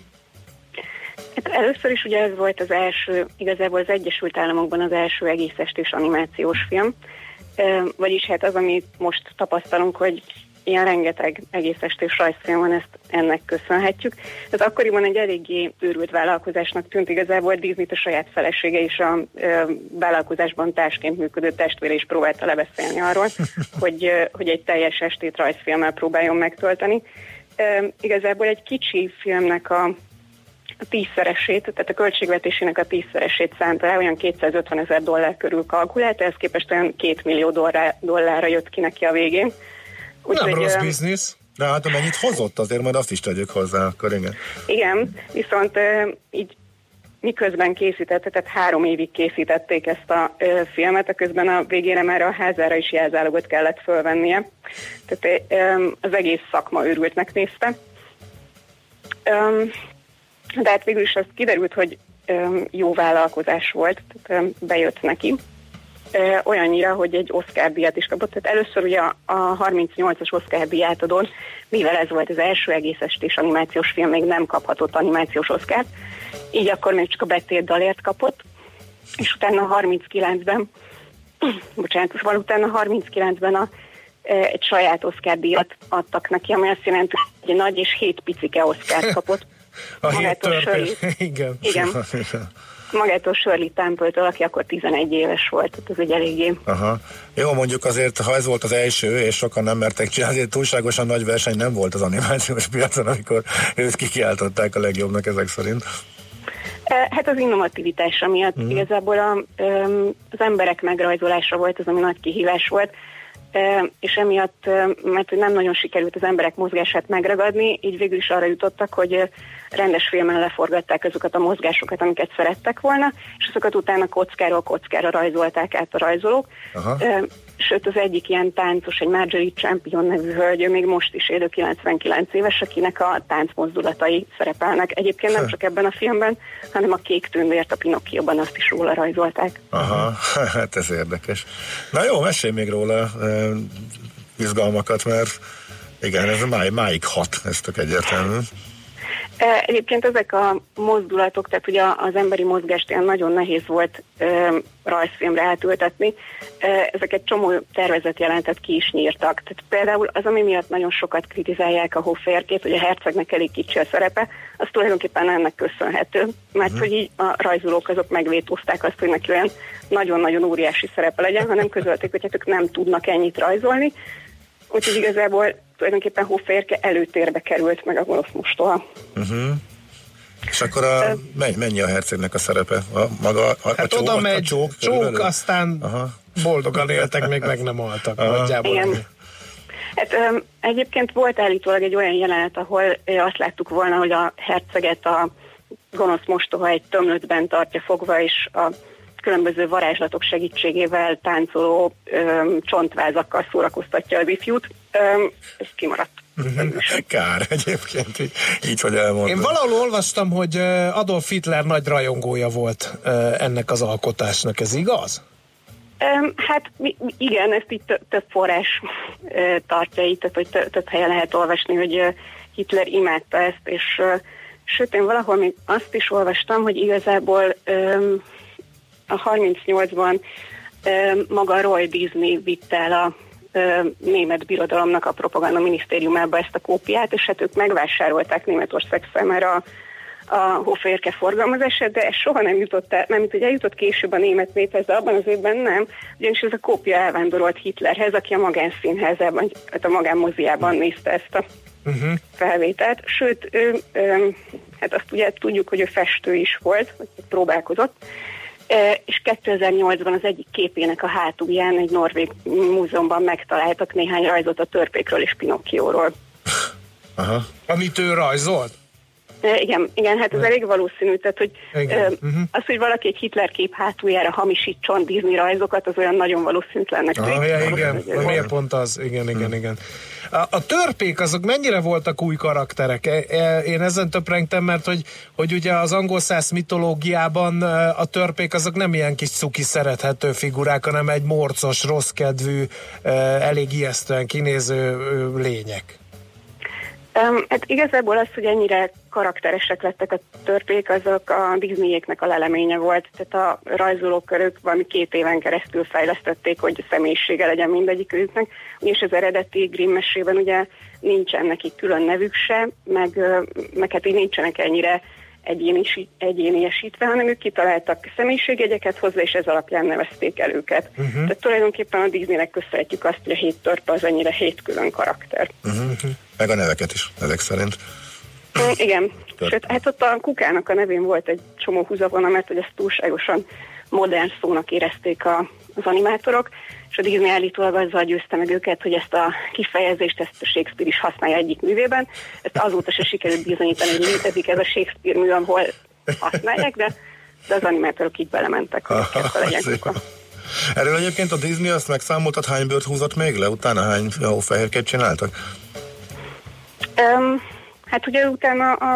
Hát először is ugye ez volt az első, igazából az Egyesült Államokban az első egész estés animációs film, vagyis hát az, amit most tapasztalunk, hogy ilyen rengeteg egész estés rajzfilm van, ezt ennek köszönhetjük. Ez akkoriban egy eléggé őrült vállalkozásnak tűnt, igazából Disney a saját felesége is a ö, vállalkozásban társként működő testvére is próbálta lebeszélni arról, hogy, ö, hogy egy teljes estét rajzfilmmel próbáljon megtölteni. Ö, igazából egy kicsi filmnek a a tízszeresét, tehát a költségvetésének a tízszeresét szánta rá, olyan kétszázötven ezer dollár körül kalkulált, ehhez képest olyan két millió dollár, dollárra jött ki neki a végén. Úgy, nem rossz biznisz, de hát amennyit hozott, azért majd azt is tegyük hozzá, akkor igen. Igen, viszont uh, így miközben készítette, tehát három évig készítették ezt a uh, filmet, a közben a végére már a házára is jelzálogot kellett fölvennie. Tehát um, az egész szakma őrültnek nézte. Um, de hát végül is az kiderült, hogy um, jó vállalkozás volt, tehát um, bejött neki. Olyannyira, hogy egy Oscar-díjat is kapott. Tehát először ugye a, a harmincnyolcas Oscar-díj átadón, mivel ez volt az első egész estés animációs film, még nem kaphatott animációs Oscart, így akkor még csak a betét dalért kapott, és utána a harminckilencben, bocsánat, szóval utána a harminckilencben a, egy saját Oscar-díjat adtak neki, ami azt jelenti, hogy egy nagy és hét picike Oscart kapott. A hét törpe, igen. Igen. Magától Shirley Temple-től, aki akkor tizenegy éves volt, tehát ez egy eléggé. Aha. Jó, mondjuk azért, ha ez volt az első, és sokan nem mertek csinálni, azért túlságosan nagy verseny nem volt az animációs piacon, amikor őt kikiáltották a legjobbnak ezek szerint. Hát az innovativitása miatt mm. igazából a, az emberek megrajzolása volt az, ami nagy kihívás volt. és emiatt, mert nem nagyon sikerült az emberek mozgását megragadni, így végül is arra jutottak, hogy rendes filmen leforgatták azokat a mozgásokat, amiket szerettek volna, és azokat utána kockáról kockára rajzolták át a rajzolók. Aha. Sőt, az egyik ilyen táncos, egy Marjorie Champion nevű hölgy, még most is élő kilencvenkilenc éves, akinek a táncmozdulatai szerepelnek. Egyébként nem csak ebben a filmben, hanem a Kék tündért a Pinocchioban, azt is róla rajzolták. Aha, hát ez érdekes. Na jó, mesélj még róla e, izgalmakat, mert igen, ez máj, máig hat, ez tök egyértelmű. Egyébként ezek a mozdulatok, tehát ugye az emberi mozgást ilyen nagyon nehéz volt e, rajzfilmre átültetni, e, ezek egy csomó tervezet jelentet ki is nyírtak. Tehát például az, ami miatt nagyon sokat kritizálják a hófehérkét, hogy a hercegnek elég kicsi a szerepe, az tulajdonképpen ennek köszönhető, mert uh-huh. hogy így a rajzolók azok megvétózták azt, hogy neki olyan nagyon-nagyon óriási szerepe legyen, hanem közölték, hogy hát ők nem tudnak ennyit rajzolni. Úgyhogy igazából tulajdonképpen hófehérke előtérbe került meg a gonosz mostoha. Uh-huh. És akkor a, mennyi, mennyi a hercegnek a szerepe? A, maga, a, hát a csók, oda megy, a csók, csók aztán aha. boldogan éltek, még meg nem haltak. Igen. Hát, um, egyébként volt állítólag egy olyan jelenet, ahol azt láttuk volna, hogy a herceget a gonosz mostoha egy tömlötben tartja fogva, és a különböző varázslatok segítségével táncoló öm, csontvázakkal szórakoztatja az ifjút. Öm, ez kimaradt. Kár egyébként, így, így hogy elmondod. Én valahol olvastam, hogy Adolf Hitler nagy rajongója volt ennek az alkotásnak, ez igaz? Öm, hát igen, ezt így több forrás tartja itt, tehát hogy több helyen lehet olvasni, hogy Hitler imádta ezt, és sőt, én valahol még azt is olvastam, hogy igazából öm, a harmincnyolcban maga Roy Disney vitte el a német birodalomnak a propaganda minisztériumába ezt a kópiát, és hát ők megvásárolták Németország számára a, a hófehérke forgalmazását, de ez soha nem jutott el, nem, hogy eljutott később a német néphez, de abban az évben nem, ugyanis ez a kópia elvándorolt Hitlerhez, aki a magánszínházában, a magánmoziában nézte ezt a uh-huh. felvételt. Sőt, ő, ő, hát azt ugye tudjuk, hogy ő festő is volt, hogy próbálkozott, és kétezer-nyolcban az egyik képének a hátulján egy norvég múzeumban megtaláltak néhány rajzot a törpékről és Pinocchióról. Aha. Amit ő rajzolt? Igen, igen, hát ez elég valószínű, tehát hogy uh-huh. az, hogy valaki egy Hitler kép hátuljára hamisítson Disney rajzokat, az olyan nagyon valószínűtlennek tűnik. Ah, ja, igen, miért pont az? Igen, igen, hmm. igen. A, a törpék azok mennyire voltak új karakterek? Én ezen töprengtem, mert hogy, hogy ugye az angolszász mitológiában a törpék azok nem ilyen kis cuki szerethető figurák, hanem egy morcos, rosszkedvű, elég ijesztően kinéző lények. Um, hát igazából az, hogy ennyire karakteresek lettek a törpék, azok a Disneyéknek a leleménye volt. Tehát a rajzolókörök valami két éven keresztül fejlesztették, hogy személyisége legyen mindegyiküknek, és az eredeti Grimm mesében ugye nincsen nekik külön nevük se, meg, meg hát így nincsenek ennyire egyéniesítve, hanem ők kitaláltak személyiségjegyeket hozzá, és ez alapján nevezték el őket. Uh-huh. Tehát tulajdonképpen a Disneynek köszönhetjük azt, hogy a hét törpe az ennyire hét külön karakter. Uh-huh. Meg a neveket is, ezek szerint. Mm, igen. Sőt, hát ott a kukának a nevén volt egy csomó húzavona, mert hogy ezt túlságosan modern szónak érezték a, az animátorok, és a Disney állítólag azzal győzte meg őket, hogy ezt a kifejezést, ezt a Shakespeare is használja egyik művében. Ezt azóta se sikerült bizonyítani, hogy létezik ez a Shakespeare mű, ahol használják, de, de az animátorok így belementek, hogy ezt a legyen kuka. Erről egyébként a Disney azt megszámoltat, hány bőrt húzott még le, utána hány hófehérkét csináltak? Um, hát ugye utána a,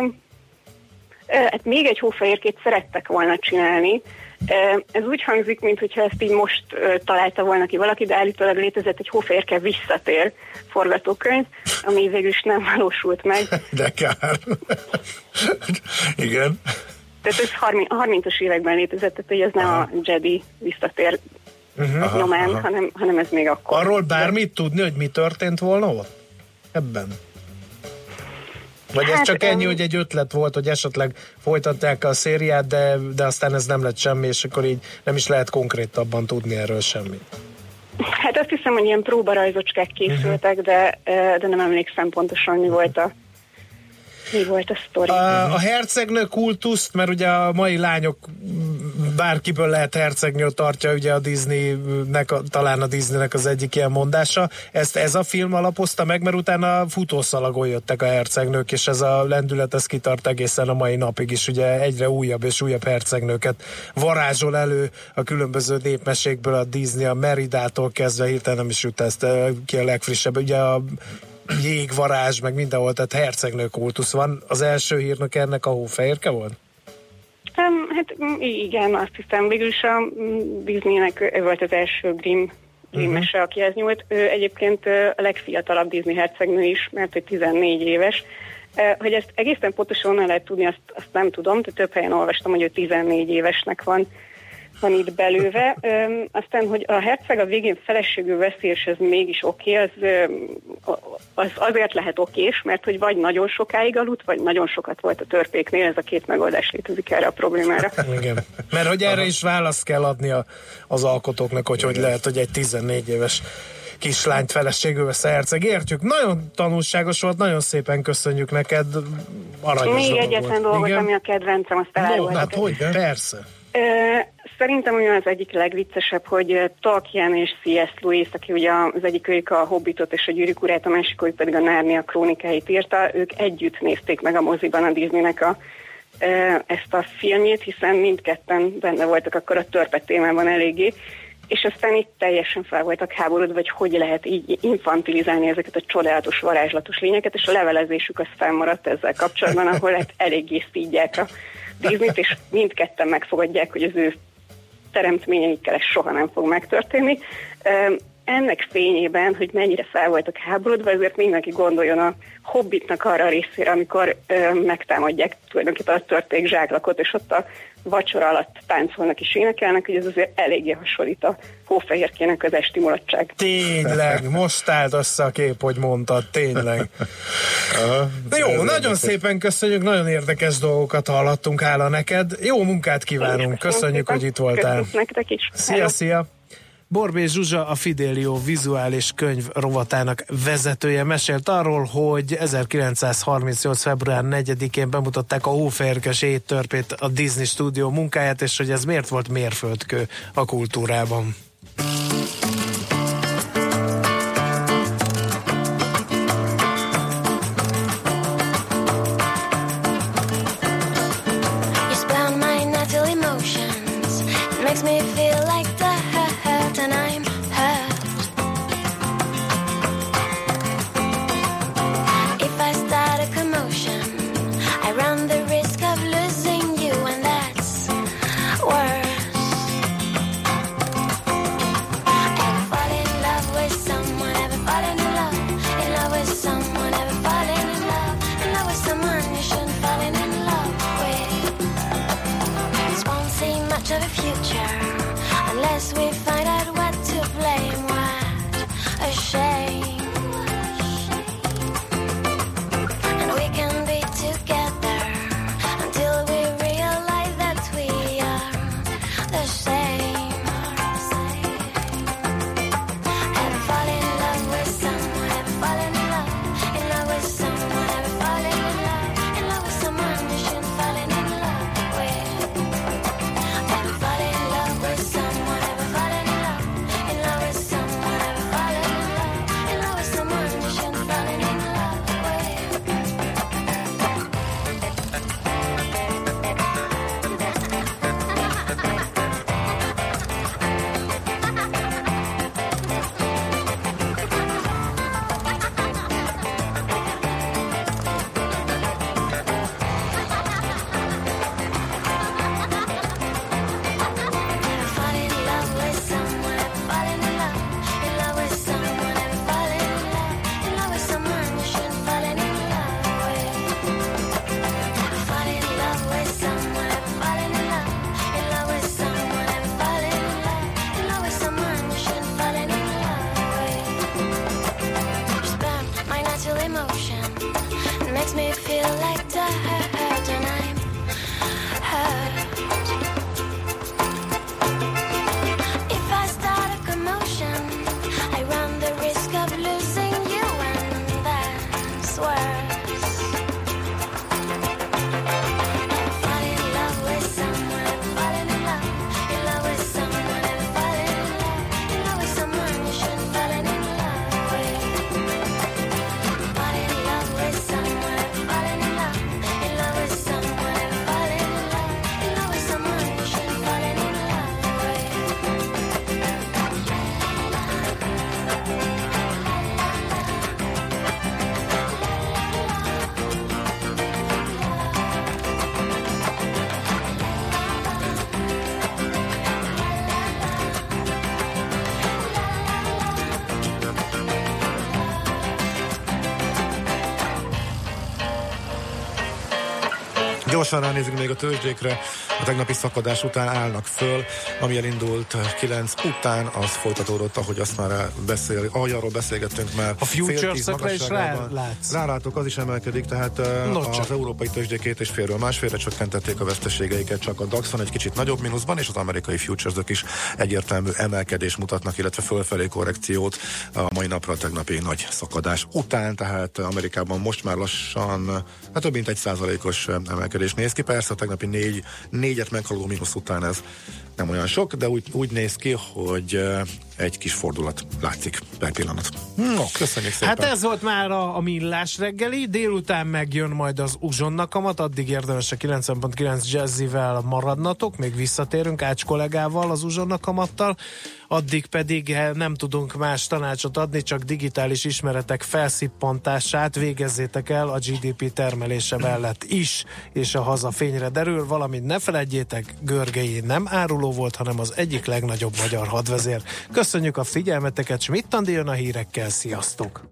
hát még egy hófehérkét szerettek volna csinálni. Ez úgy hangzik, mintha ezt így most találta volna ki valaki, de állítólag létezett egy hófehérke visszatér forgatókönyv, ami végül is nem valósult meg. De kár. Igen. Tehát ez harmincas években létezett, tehát hogy ez nem aha. a Jedi visszatér uh-huh. nyomán, aha. hanem, hanem ez még akkor. Arról bármit tudni, hogy mi történt volna ott? Ebben? Vagy hát, ez csak ennyi, um, hogy egy ötlet volt, hogy esetleg folytatták a szériát, de, de aztán ez nem lett semmi, és akkor így nem is lehet konkrétabban tudni erről semmit. Hát azt hiszem, hogy ilyen próbarajzocskák készültek, uh-huh. de, de nem emlékszem pontosan, mi volt a mi volt a sztori. A, a hercegnő kultuszt, mert ugye a mai lányok bárkiből lehet hercegnő, tartja ugye a Disneynek, a, talán a Disneynek az egyik ilyen mondása. Ezt ez a film alapozta meg, mert utána futószalagon jöttek a hercegnők, és ez a lendület ez kitart egészen a mai napig is, ugye egyre újabb és újabb hercegnőket varázsol elő a különböző népmesékből a Disney, a Meridától kezdve, hirtelen nem is jut ezt ki a legfrissebb, ugye a jégvarázs, meg mindenhol, tehát hercegnő kultusz van. Az első hírnök ennek a Hófehérke volt? Um, hát igen, azt hiszem, végül is a Disneynek ő volt az első Grimm, Grimm mese, uh-huh. akihez nyúlt. Ő egyébként a legfiatalabb Disney hercegnő is, mert ő tizennégy éves. Hogy ezt egészen pontosan onnan lehet tudni, azt, azt nem tudom, de több helyen olvastam, hogy ő tizennégy évesnek van, van itt belőve. Üm, aztán, hogy a herceg a végén feleségül veszi, és ez mégis oké, az, az azért lehet okés, mert hogy vagy nagyon sokáig aludt, vagy nagyon sokat volt a törpéknél, ez a két megoldás létezik erre a problémára. Igen, mert hogy erre is választ kell adni a, az alkotóknak, hogy, hogy lehet, hogy egy tizennégy éves kislányt feleségül vesz a herceg. Értjük, nagyon tanulságos volt, nagyon szépen köszönjük neked. Aranyos Még egyetlen dolgot, ami a kedvencem, azt elárulhatok. No, hát hogy? Persze. Szerintem olyan az egyik legviccesebb, hogy Tolkien és C S. Lewis, aki ugye az egyik ők a Hobbitot és a Gyűrűk urát, a másik ők pedig a Nárnia krónikáit írta, ők együtt nézték meg a moziban a Disneynek a, ezt a filmjét, hiszen mindketten benne voltak akkor a törpe témában eléggé, és aztán itt teljesen fel voltak háborodva, hogy hogy lehet így infantilizálni ezeket a csodálatos, varázslatos lényeket, és a levelezésük az fennmaradt ezzel kapcsolatban, ahol hát eléggé szídják a Disneyt, és mindketten megfogadják, hogy az ő teremtményeikkel ez soha nem fog megtörténni. Ennek fényében, hogy mennyire fel voltak háborodva, ezért mindenki gondoljon a Hobbitnak arra a részére, amikor megtámadják tulajdonképpen a törték zsáklakot, és ott a vacsora alatt táncolnak és énekelnek, hogy ez azért eléggé hasonlít a Hófehérkének az esti mulatság. Tényleg, most állt össze a kép, hogy mondtad, tényleg. De jó, nagyon szépen köszönjük, nagyon érdekes dolgokat hallottunk, hála neked. Jó munkát kívánunk, köszönjük, hogy itt voltál. Köszönjük nektek is. Szia, szia! Borbély Zsuzsa, a Fidelio vizuális könyv rovatának vezetője mesélt arról, hogy ezerkilencszázharmincnyolc. február negyedikén bemutatták a Hófehérke éttörpét, a Disney Studio munkáját, és hogy ez miért volt mérföldkő a kultúrában. Gyorsan ránézünk még a tőzsdékre, a tegnapi szakadás után állnak föl, ami elindult kilenc után, az folytatódott, ahogy azt már beszél, ahogy arról beszélgettünk már. A futures-ökre is rálátsz. Rálátok, az is emelkedik, tehát no, az csak. Európai tőzsdék két és félről másfélre csökkentették a veszteségeiket, csak a daxon egy kicsit nagyobb mínuszban, és az amerikai futuresök is egyértelmű emelkedés mutatnak, illetve fölfelé korrekciót a mai napra, a tegnapi nagy szakadás után, tehát Amerikában most már lassan, hát több mint egy százalékos emelkedés néz ki. Persze a tegnapi négy, négyet meghaladó mínusz után ez nem olyan sok, de úgy, úgy néz ki, hogy egy kis fordulat látszik per pillanat. No, köszönjük szépen. Hát ez volt már a, a millás reggeli, délután megjön majd az uzsonna kamat, addig érdemes a kilencven pont kilenc Jazzivel maradnatok, még visszatérünk Ács kollégával az uzsonna kamattal, addig pedig nem tudunk más tanácsot adni, csak digitális ismeretek felszippantását végezzétek el a gé dé pé termelése mellett is, és a haza fényre derül, valamint ne feledjétek, Görgei nem áruló volt, hanem az egyik legnagyobb magyar hadvezér. Köszönjük a figyelmeteket, Schmidt Andi jön a hírekkel, sziasztok!